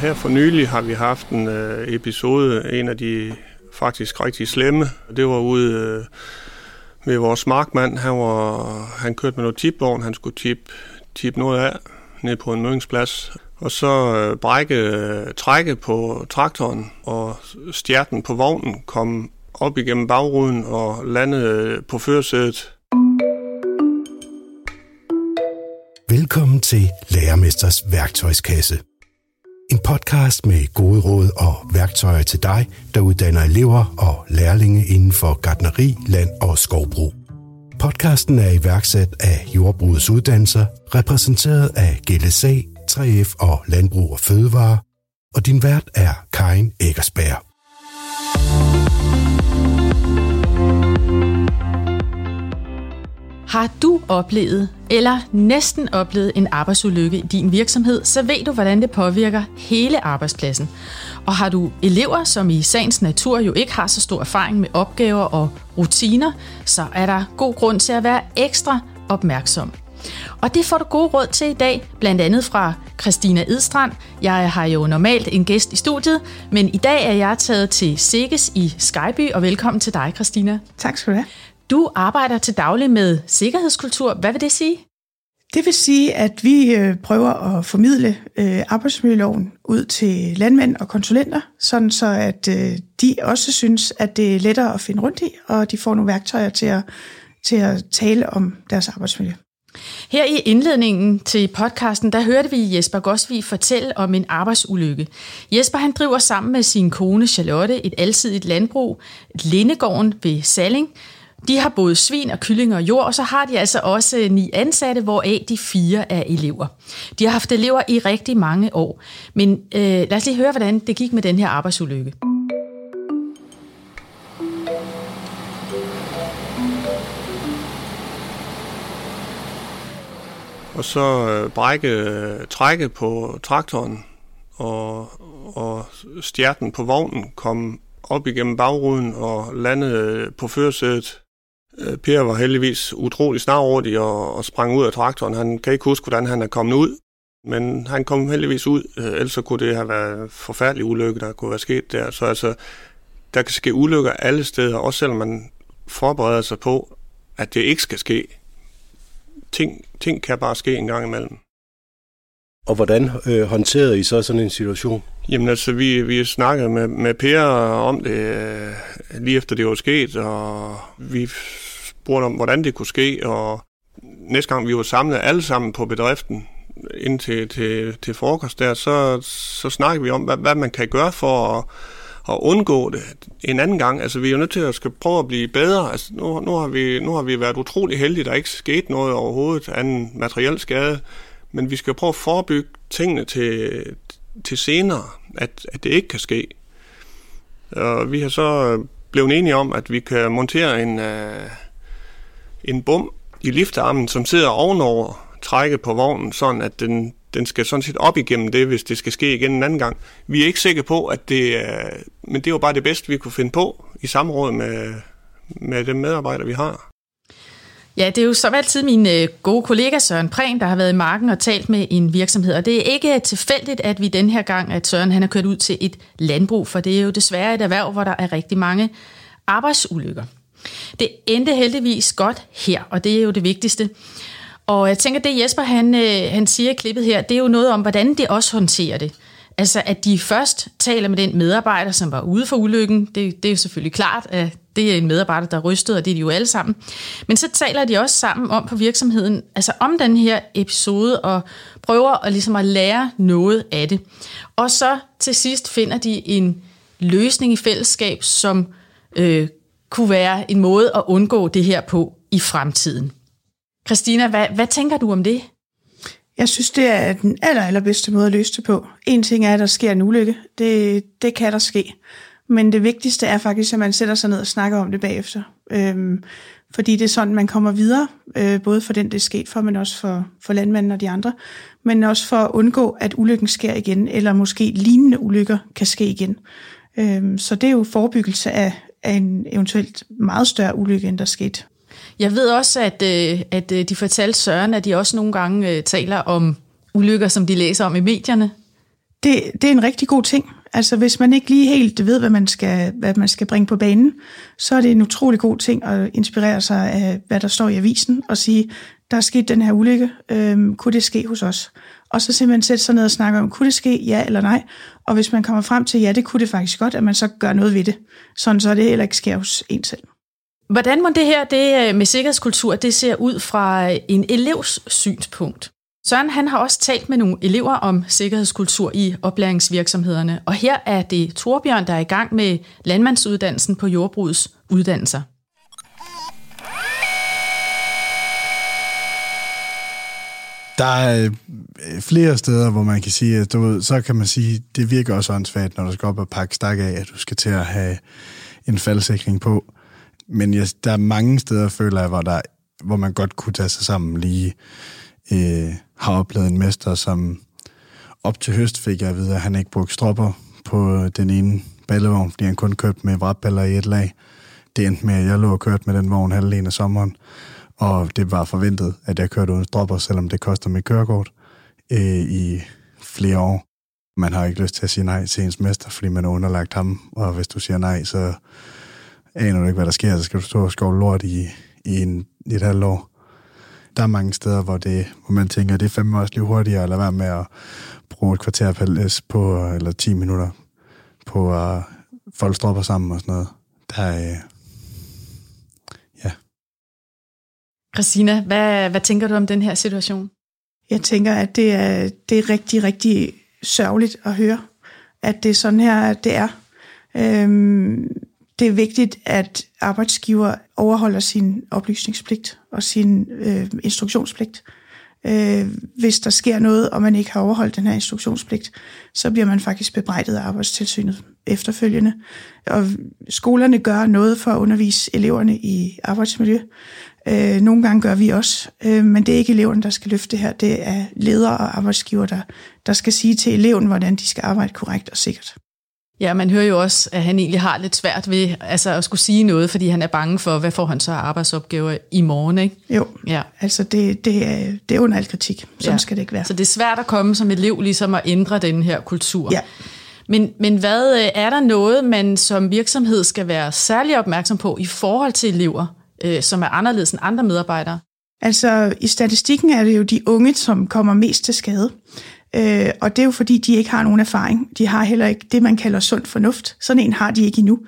Her for nylig har vi haft en episode, en af de faktisk rigtig slemme. Det var ude ved vores markmand. Han kørte med noget tipvogn, han skulle tippe noget af ned på en mødingsplads. Og så trække på traktoren, og stjerten på vognen kom op igennem bagruden og landede på førersædet. Velkommen til Lærermesters værktøjskasse. En podcast med gode råd og værktøjer til dig, der uddanner elever og lærlinge inden for gartneri, land og skovbrug. Podcasten er iværksat af Jordbrugets Uddannelser, repræsenteret af GLSA, 3F og Landbrug og Fødevare, og din vært er Karin Eckersberg. Har du oplevet eller næsten oplevet en arbejdsulykke i din virksomhed, så ved du, hvordan det påvirker hele arbejdspladsen. Og har du elever, som i sagens natur jo ikke har så stor erfaring med opgaver og rutiner, så er der god grund til at være ekstra opmærksom. Og det får du gode råd til i dag, blandt andet fra Christina Edstrand. Jeg har jo normalt en gæst i studiet, men i dag er jeg taget til SEGES i Skejby, og velkommen til dig, Christina. Tak skal du have. Du arbejder til daglig med sikkerhedskultur. Hvad vil det sige? Det vil sige, at vi prøver at formidle arbejdsmiljøloven ud til landmænd og konsulenter, sådan så at de også synes, at det er lettere at finde rundt i, og de får nogle værktøjer til at tale om deres arbejdsmiljø. Her i indledningen til podcasten, der hørte vi Jesper Gosvig fortælle om en arbejdsulykke. Jesper han driver sammen med sin kone Charlotte et alsidigt landbrug, Lindegården ved Salling. De har både svin og kylling og jord, og så har de altså også 9 ansatte, hvoraf de 4 er elever. De har haft elever i rigtig mange år. Men lad os lige høre, hvordan det gik med den her arbejdsulykke. Og så trække på traktoren, og stjerten på vognen kom op igennem bagruden og landede på førersædet. Per var heldigvis utrolig snarhurtig og sprang ud af traktoren. Han kan ikke huske, hvordan han er kommet ud, men han kom heldigvis ud. Ellers så kunne det have været en forfærdelig ulykke, der kunne være sket der. Så altså, der kan ske ulykker alle steder, også selvom man forbereder sig på, at det ikke skal ske. Ting kan bare ske en gang imellem. Og hvordan håndterede I så sådan en situation? Jamen altså, vi snakkede med Per om det lige efter det var sket, og vi spurgte om, hvordan det kunne ske, og næste gang vi var samlet alle sammen på bedriften ind til frokost der, så snakkede vi om, hvad man kan gøre for at undgå det en anden gang. Altså, vi er jo nødt til at skal prøve at blive bedre. Altså, nu har vi været utrolig heldige, der ikke skete noget overhovedet anden materiel skade, men vi skal prøve at forebygge tingene til senere, at det ikke kan ske. Og vi har så blevet enige om, at vi kan montere en bom i liftarmen, som sidder ovenover trækket på vognen, sådan at den skal sådan set op igennem det, hvis det skal ske igen en anden gang. Vi er ikke sikre på, at men det var bare det bedste, vi kunne finde på i samråd med de medarbejdere, vi har. Ja, det er jo som altid min gode kollega Søren Prehn, der har været i marken og talt med en virksomhed. Og det er ikke tilfældigt, at vi den her gang, at Søren han har kørt ud til et landbrug, for det er jo desværre et erhverv, hvor der er rigtig mange arbejdsulykker. Det endte heldigvis godt her, og det er jo det vigtigste. Og jeg tænker, det Jesper han siger i klippet her, det er jo noget om, hvordan de også håndterer det. Altså, at de først taler med den medarbejder, som var ude for ulykken. Det er jo selvfølgelig klart, at det er en medarbejder, der rystede, og det er de jo alle sammen. Men så taler de også sammen om på virksomheden, altså om den her episode, og prøver at lære noget af det. Og så til sidst finder de en løsning i fællesskab, som kunne være en måde at undgå det her på i fremtiden. Christina, hvad tænker du om det? Jeg synes, det er den allerbedste måde at løse det på. En ting er, at der sker en ulykke. Det kan der ske. Men det vigtigste er faktisk, at man sætter sig ned og snakker om det bagefter. Fordi det er sådan, man kommer videre. Både for den, det er sket for, men også for landmanden og de andre. Men også for at undgå, at ulykken sker igen, eller måske lignende ulykker kan ske igen. Så det er jo forebyggelse af en eventuelt meget større ulykke, end der skete. Jeg ved også, at de fortalte Søren, at de også nogle gange taler om ulykker, som de læser om i medierne. Det er en rigtig god ting. Altså hvis man ikke lige helt ved, hvad man skal bringe på banen, så er det en utrolig god ting at inspirere sig af, hvad der står i avisen, og sige, der er sket den her ulykke, kunne det ske hos os? Og så simpelthen sætte sig ned og snakke om, kunne det ske, ja eller nej? Og hvis man kommer frem til, ja, det kunne det faktisk godt, at man så gør noget ved det, sådan så det heller ikke sker hos en selv. Hvordan må det her det med sikkerhedskultur, det ser ud fra en elevs synspunkt? Søren, han har også talt med nogle elever om sikkerhedskultur i oplæringsvirksomhederne, og her er det Torbjørn, der er i gang med landmandsuddannelsen på jordbrugets uddannelser. Der er flere steder, hvor man kan sige, at så kan man sige, det virker også åndssvagt, når du skal op og pakke stak af, at du skal til at have en faldsikring på. Men der er mange steder, føler jeg, hvor man godt kunne tage sig sammen lige. Har oplevet en mester, som op til høst fik jeg at vide, at han ikke brugte stropper på den ene ballevogn, fordi han kun kørte med vratballer i et lag. Det endte med, at jeg lå og kørte med den vogn halvdelen af sommeren, og det var forventet, at jeg kørte uden stropper, selvom det koster mit kørekort i flere år. Man har ikke lyst til at sige nej til ens mester, fordi man er underlagt ham, og hvis du siger nej, så aner du ikke, hvad der sker, så skal du stå og skovle lort i et halvt år. Der er mange steder, hvor man tænker, at det er fandme også lige hurtigere at lade være med at bruge et kvarter på, eller 10 minutter på at folde stropper sammen og sådan noget. Der er, ja. Christina, hvad tænker du om den her situation? Jeg tænker, at det er rigtig, rigtig sørgeligt at høre, at det er sådan her, det er. Det er vigtigt, at arbejdsgiver overholder sin oplysningspligt og sin instruktionspligt. Hvis der sker noget, og man ikke har overholdt den her instruktionspligt, så bliver man faktisk bebrejdet af Arbejdstilsynet efterfølgende. Og skolerne gør noget for at undervise eleverne i arbejdsmiljø. Nogle gange gør vi også, men det er ikke eleverne, der skal løfte det her. Det er ledere og arbejdsgiver, der skal sige til eleven, hvordan de skal arbejde korrekt og sikkert. Ja, man hører jo også, at han egentlig har lidt svært ved at skulle sige noget, fordi han er bange for, hvad får han så af arbejdsopgaver i morgen, ikke? Jo, ja. Altså det er under al kritik. Sådan skal det ikke være. Så det er svært at komme som elev ligesom at ændre den her kultur. Ja. Men hvad er der noget, man som virksomhed skal være særlig opmærksom på i forhold til elever, som er anderledes end andre medarbejdere? Altså i statistikken er det jo de unge, som kommer mest til skade. Og det er jo fordi, de ikke har nogen erfaring. De har heller ikke det, man kalder sund fornuft. Sådan en har de ikke endnu.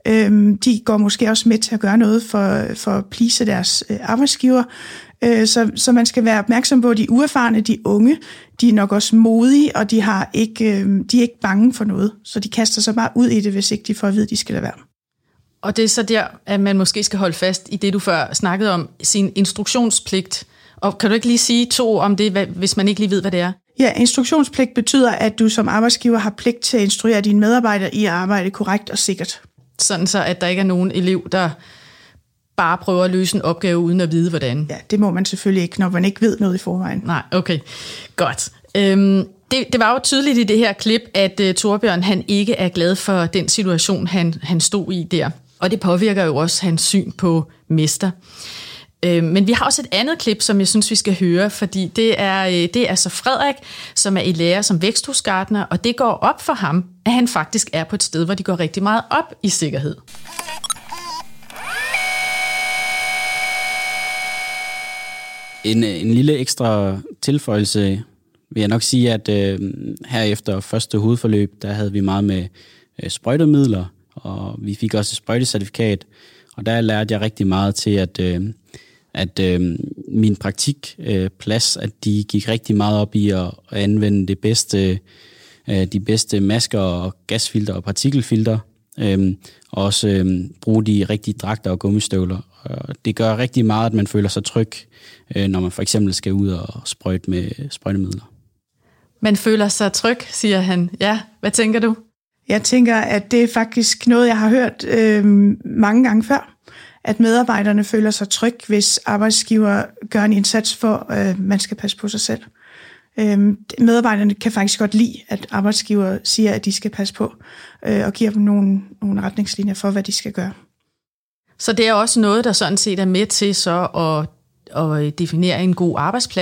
De går måske også med til at gøre noget for at please deres arbejdsgiver. Så man skal være opmærksom på, at de uerfarne, de unge, de er nok også modige, og de er ikke bange for noget. Så de kaster sig bare ud i det, hvis ikke de får at vide, at de skal lade være. Og det er så der, at man måske skal holde fast i det, du før snakkede om, sin instruktionspligt. Og kan du ikke lige sige 2 om det, hvis man ikke lige ved, hvad det er? Ja, instruktionspligt betyder, at du som arbejdsgiver har pligt til at instruere dine medarbejdere i at arbejde korrekt og sikkert. Sådan så, at der ikke er nogen elev, der bare prøver at løse en opgave uden at vide, hvordan. Ja, det må man selvfølgelig ikke, når man ikke ved noget i forvejen. Nej, okay. Godt. Det var jo tydeligt i det her klip, at Torbjørn han ikke er glad for den situation, han stod i der. Og det påvirker jo også hans syn på mester. Men vi har også et andet klip, som jeg synes, vi skal høre, fordi det er så Frederik, som er i lære som væksthusgartner, og det går op for ham, at han faktisk er på et sted, hvor de går rigtig meget op i sikkerhed. En lille ekstra tilføjelse vil jeg nok sige, at her efter første hovedforløb, der havde vi meget med sprøjtemidler, og vi fik også et sprøjtecertifikat, og der lærte jeg rigtig meget til, at min praktikplads, at de gik rigtig meget op i at anvende de bedste masker og gasfilter og partikelfilter, og også bruge de rigtige dragter og gummistøvler. Og det gør rigtig meget, at man føler sig tryg, når man for eksempel skal ud og sprøjte med sprøjtemidler. Man føler sig tryg, siger han. Ja, hvad tænker du? Jeg tænker, at det er faktisk noget, jeg har hørt mange gange før. At medarbejderne føler sig tryg, hvis arbejdsgiver gør en indsats for, at man skal passe på sig selv. Medarbejderne kan faktisk godt lide, at arbejdsgiver siger, at de skal passe på, og giver dem nogle retningslinjer for, hvad de skal gøre. Så det er også noget, der sådan set er med til så at definere en god arbejdsplads?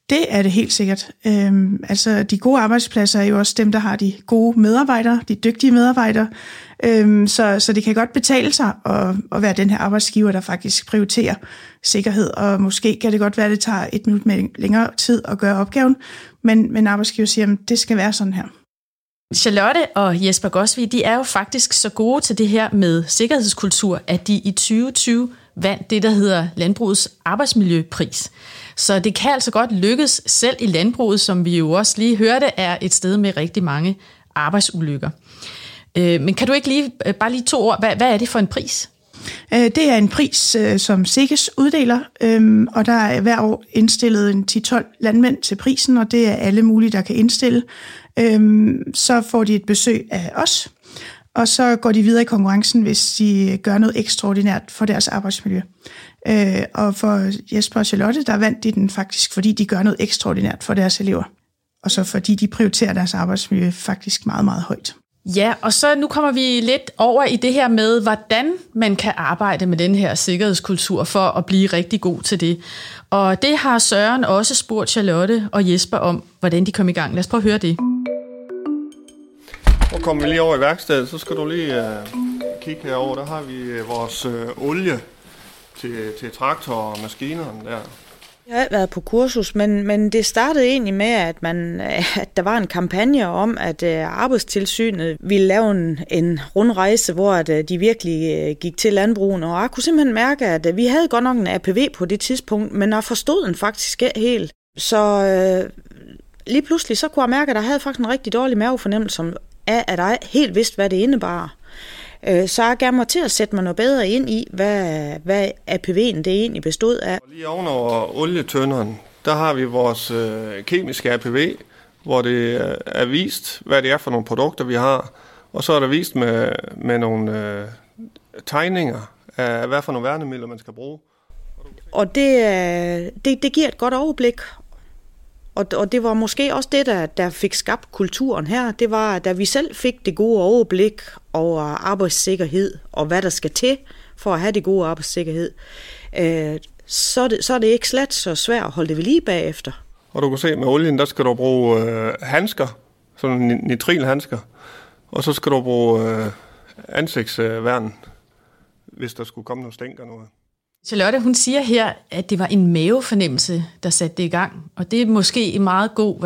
Det er det helt sikkert. Altså, de gode arbejdspladser er jo også dem, der har de gode medarbejdere, de dygtige medarbejdere. Så det kan godt betale sig at være den her arbejdsgiver, der faktisk prioriterer sikkerhed. Og måske kan det godt være, at det tager 1 minut med længere tid at gøre opgaven, men arbejdsgiver siger, at det skal være sådan her. Charlotte og Jesper Gosvig, de er jo faktisk så gode til det her med sikkerhedskultur, at de i 2020 vandt det, der hedder Landbrugets Arbejdsmiljøpris. Så det kan altså godt lykkes selv i landbruget, som vi jo også lige hørte, er et sted med rigtig mange arbejdsulykker. Men kan du ikke bare lige 2 ord, hvad er det for en pris? Det er en pris, som SIGGES uddeler, og der er hver år indstillet en 10-12 landmænd til prisen, og det er alle mulige, der kan indstille. Så får de et besøg af os, og så går de videre i konkurrencen, hvis de gør noget ekstraordinært for deres arbejdsmiljø. Og for Jesper og Charlotte, der vandt de den faktisk, fordi de gør noget ekstraordinært for deres elever. Og så fordi de prioriterer deres arbejdsmiljø faktisk meget, meget højt. Ja, og så nu kommer vi lidt over i det her med, hvordan man kan arbejde med den her sikkerhedskultur for at blive rigtig god til det. Og det har Søren også spurgt Charlotte og Jesper om, hvordan de kom i gang. Lad os prøve at høre det. Nu kommer vi lige over i værkstedet, så skal du lige kigge herover. Der har vi vores olie til traktor og maskinerne der. Jeg har været på kursus, men det startede egentlig med, at der var en kampagne om, at Arbejdstilsynet ville lave en rundrejse, hvor de virkelig gik til landbrugen. Og jeg kunne simpelthen mærke, at vi havde godt nok en APV på det tidspunkt, men jeg forstod den faktisk ikke helt. Så lige pludselig så kunne jeg mærke, at jeg havde faktisk en rigtig dårlig mavefornemmelse af, at jeg helt vidste, hvad det indebar. Så jeg gav mig til at sætte mig noget bedre ind i, hvad APV'en det egentlig bestod af. Og lige ovenover olietønderen, der har vi vores kemiske APV, hvor det er vist, hvad det er for nogle produkter, vi har. Og så er der vist med nogle tegninger af, hvad for nogle værnemidler, man skal bruge. Og det giver et godt overblik. Og det var måske også det, der fik skabt kulturen her. Det var, da vi selv fik det gode overblik over arbejdssikkerhed, og hvad der skal til for at have det gode arbejdssikkerhed, så er det ikke slet så svært at holde det ved lige bagefter. Og du kan se, med olien, der skal du bruge handsker, sådan nitrilhandsker, og så skal du bruge ansigtsværn, hvis der skulle komme noget stænk eller noget. Charlotte, hun siger her, at det var en mavefornemmelse, der satte det i gang. Og det er måske en meget god,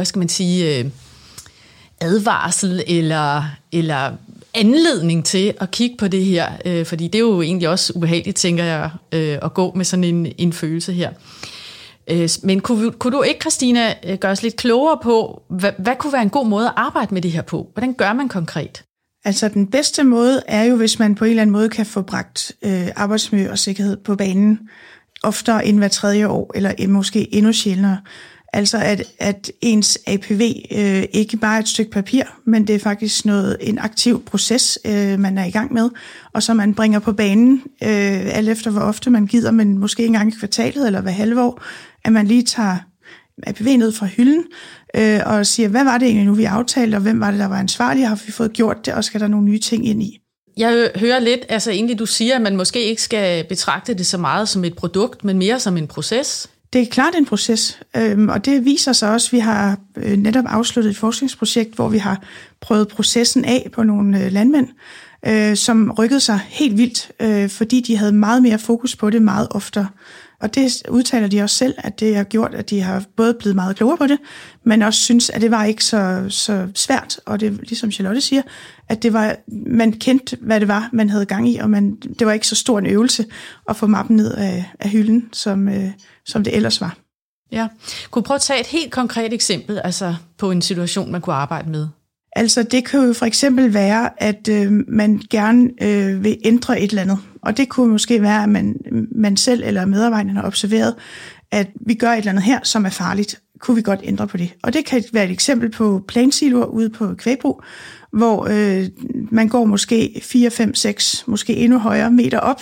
advarsel eller anledning til at kigge på det her. Fordi det er jo egentlig også ubehageligt, tænker jeg, at gå med sådan en følelse her. Men kunne du ikke, Christina, gøre os lidt klogere på, hvad kunne være en god måde at arbejde med det her på? Hvordan gør man konkret? Altså den bedste måde er jo, hvis man på en eller anden måde kan få bragt arbejdsmiljø og sikkerhed på banen oftere end hver 3. år, eller måske endnu sjældnere. Altså at ens APV ikke bare er et stykke papir, men det er faktisk en aktiv proces, man er i gang med, og så man bringer på banen, alt efter hvor ofte man gider, men måske en gang i kvartalet eller hver halve år, at man lige tager APV ned fra hylden og siger, hvad var det egentlig nu, vi aftalte, og hvem var det, der var ansvarlig, har vi fået gjort det, og skal der nogle nye ting ind i? Jeg hører lidt, altså egentlig du siger, at man måske ikke skal betragte det så meget som et produkt, men mere som en proces. Det er klart en proces, og det viser sig også, vi har netop afsluttet et forskningsprojekt, hvor vi har prøvet processen af på nogle landmænd, som rykkede sig helt vildt, fordi de havde meget mere fokus på det meget oftere. Og det udtaler de også selv, at det har gjort, at de har både blevet meget klogere på det, men også synes, at det var ikke så svært. Og det, ligesom Charlotte siger, at det var, man kendte, hvad det var, man havde gang i, og det var ikke så stor en øvelse at få mappen ned af hylden, som det ellers var. Ja. Kunne du prøve at tage et helt konkret eksempel, altså på en situation, man kunne arbejde med? Altså det kan jo for eksempel være, at man gerne vil ændre et eller andet. Og det kunne måske være, at man selv eller medarbejderne har observeret, at vi gør et eller andet her, som er farligt. Kunne vi godt ændre på det? Og det kan være et eksempel på plansiloer ude på kvægbrug, hvor man går måske 4, 5, 6, måske endnu højere meter op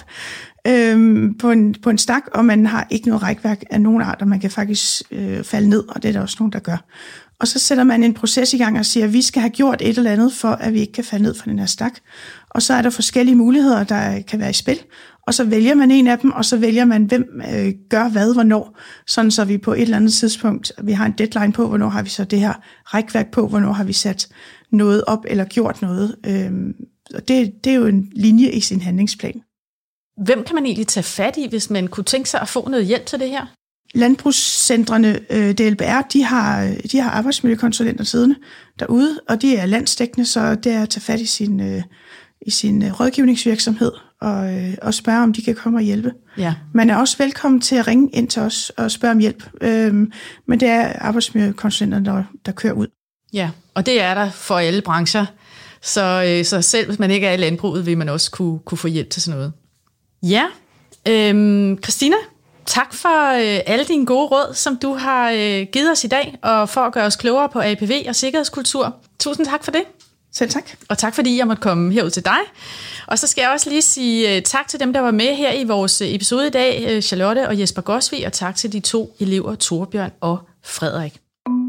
på en stak, og man har ikke noget rækværk af nogen art, og man kan faktisk falde ned, og det er der også nogen, der gør. Og så sætter man en proces i gang og siger, at vi skal have gjort et eller andet, for at vi ikke kan falde ned fra den her stak. Og så er der forskellige muligheder, der kan være i spil. og så vælger man en af dem, og så vælger man, hvem gør hvad, hvornår, sådan så vi på et eller andet tidspunkt, vi har en deadline på, hvornår har vi så det her rækværk på, hvornår har vi sat noget op eller gjort noget. Og det er jo en linje i sin handlingsplan. Hvem kan man egentlig tage fat i, hvis man kunne tænke sig at få noget hjælp til det her? Landbrugscentrene, DLBR, de har arbejdsmiljøkonsulenter siddende derude, og de er landsdækkende, så det er at tage fat i sin rådgivningsvirksomhed og spørge, om de kan komme og hjælpe. Ja. Man er også velkommen til at ringe ind til os og spørge om hjælp, men det er arbejdsmiljøkonsulenterne, der kører ud. Ja, og det er der for alle brancher, så selv hvis man ikke er i landbruget, vil man også kunne få hjælp til sådan noget. Ja, Christina, tak for alle dine gode råd, som du har givet os i dag, og for at gøre os klogere på APV og sikkerhedskultur. Tusind tak for det. Selv tak. Og tak fordi jeg måtte komme herud til dig. Og så skal jeg også lige sige tak til dem, der var med her i vores episode i dag, Charlotte og Jesper Gosvig, og tak til de 2 elever, Torbjørn og Frederik.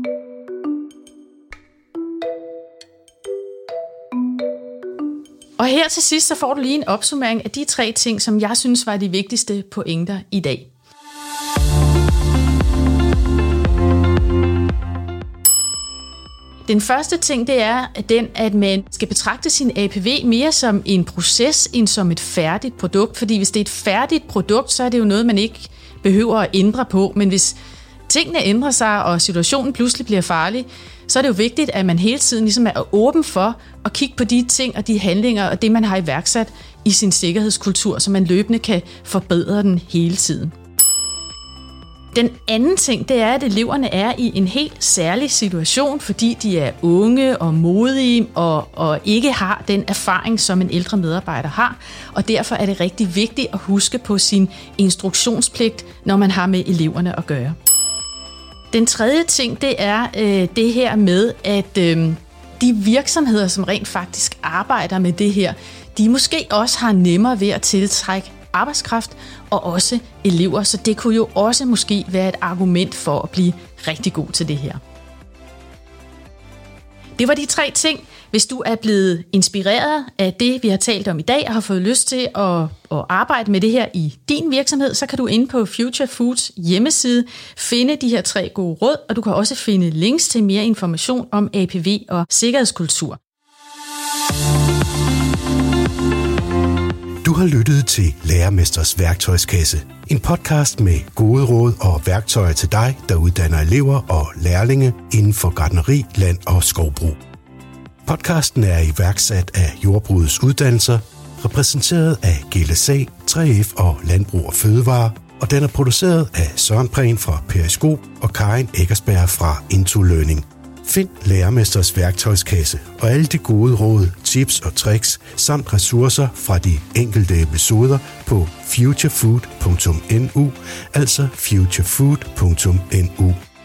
Og her til sidst, så får du lige en opsummering af de 3 ting, som jeg synes var de vigtigste pointer i dag. Den første ting, det er den, at man skal betragte sin APV mere som en proces, end som et færdigt produkt. Fordi hvis det er et færdigt produkt, så er det jo noget, man ikke behøver at ændre på. Men hvis tingene ændrer sig, og situationen pludselig bliver farlig, så er det jo vigtigt, at man hele tiden ligesom er åben for at kigge på de ting og de handlinger og det, man har iværksat i sin sikkerhedskultur, så man løbende kan forbedre den hele tiden. Den anden ting, det er, at eleverne er i en helt særlig situation, fordi de er unge og modige og ikke har den erfaring, som en ældre medarbejder har. Og derfor er det rigtig vigtigt at huske på sin instruktionspligt, når man har med eleverne at gøre. Den tredje ting, det er det her med, at de virksomheder, som rent faktisk arbejder med det her, de måske også har nemmere ved at tiltrække arbejdskraft og også elever, så det kunne jo også måske være et argument for at blive rigtig god til det her. Det var de 3 ting. Hvis du er blevet inspireret af det, vi har talt om i dag, og har fået lyst til at arbejde med det her i din virksomhed, så kan du inde på Future Foods hjemmeside finde de her 3 gode råd, og du kan også finde links til mere information om APV og sikkerhedskultur. Du har lyttet til Lærermesters værktøjskasse. En podcast med gode råd og værktøjer til dig, der uddanner elever og lærlinge inden for gartneri, land og skovbrug. Podcasten er iværksat af Jordbrugets Uddannelser, repræsenteret af GLSA, 3F og Landbrug og Fødevare, og den er produceret af Søren Prehn fra Periskop og Karin Eckersberg fra Into Learning. Find Lærermesters værktøjskasse og alle de gode råd, tips og tricks samt ressourcer fra de enkelte episoder på futurefood.nu, altså futurefood.nu.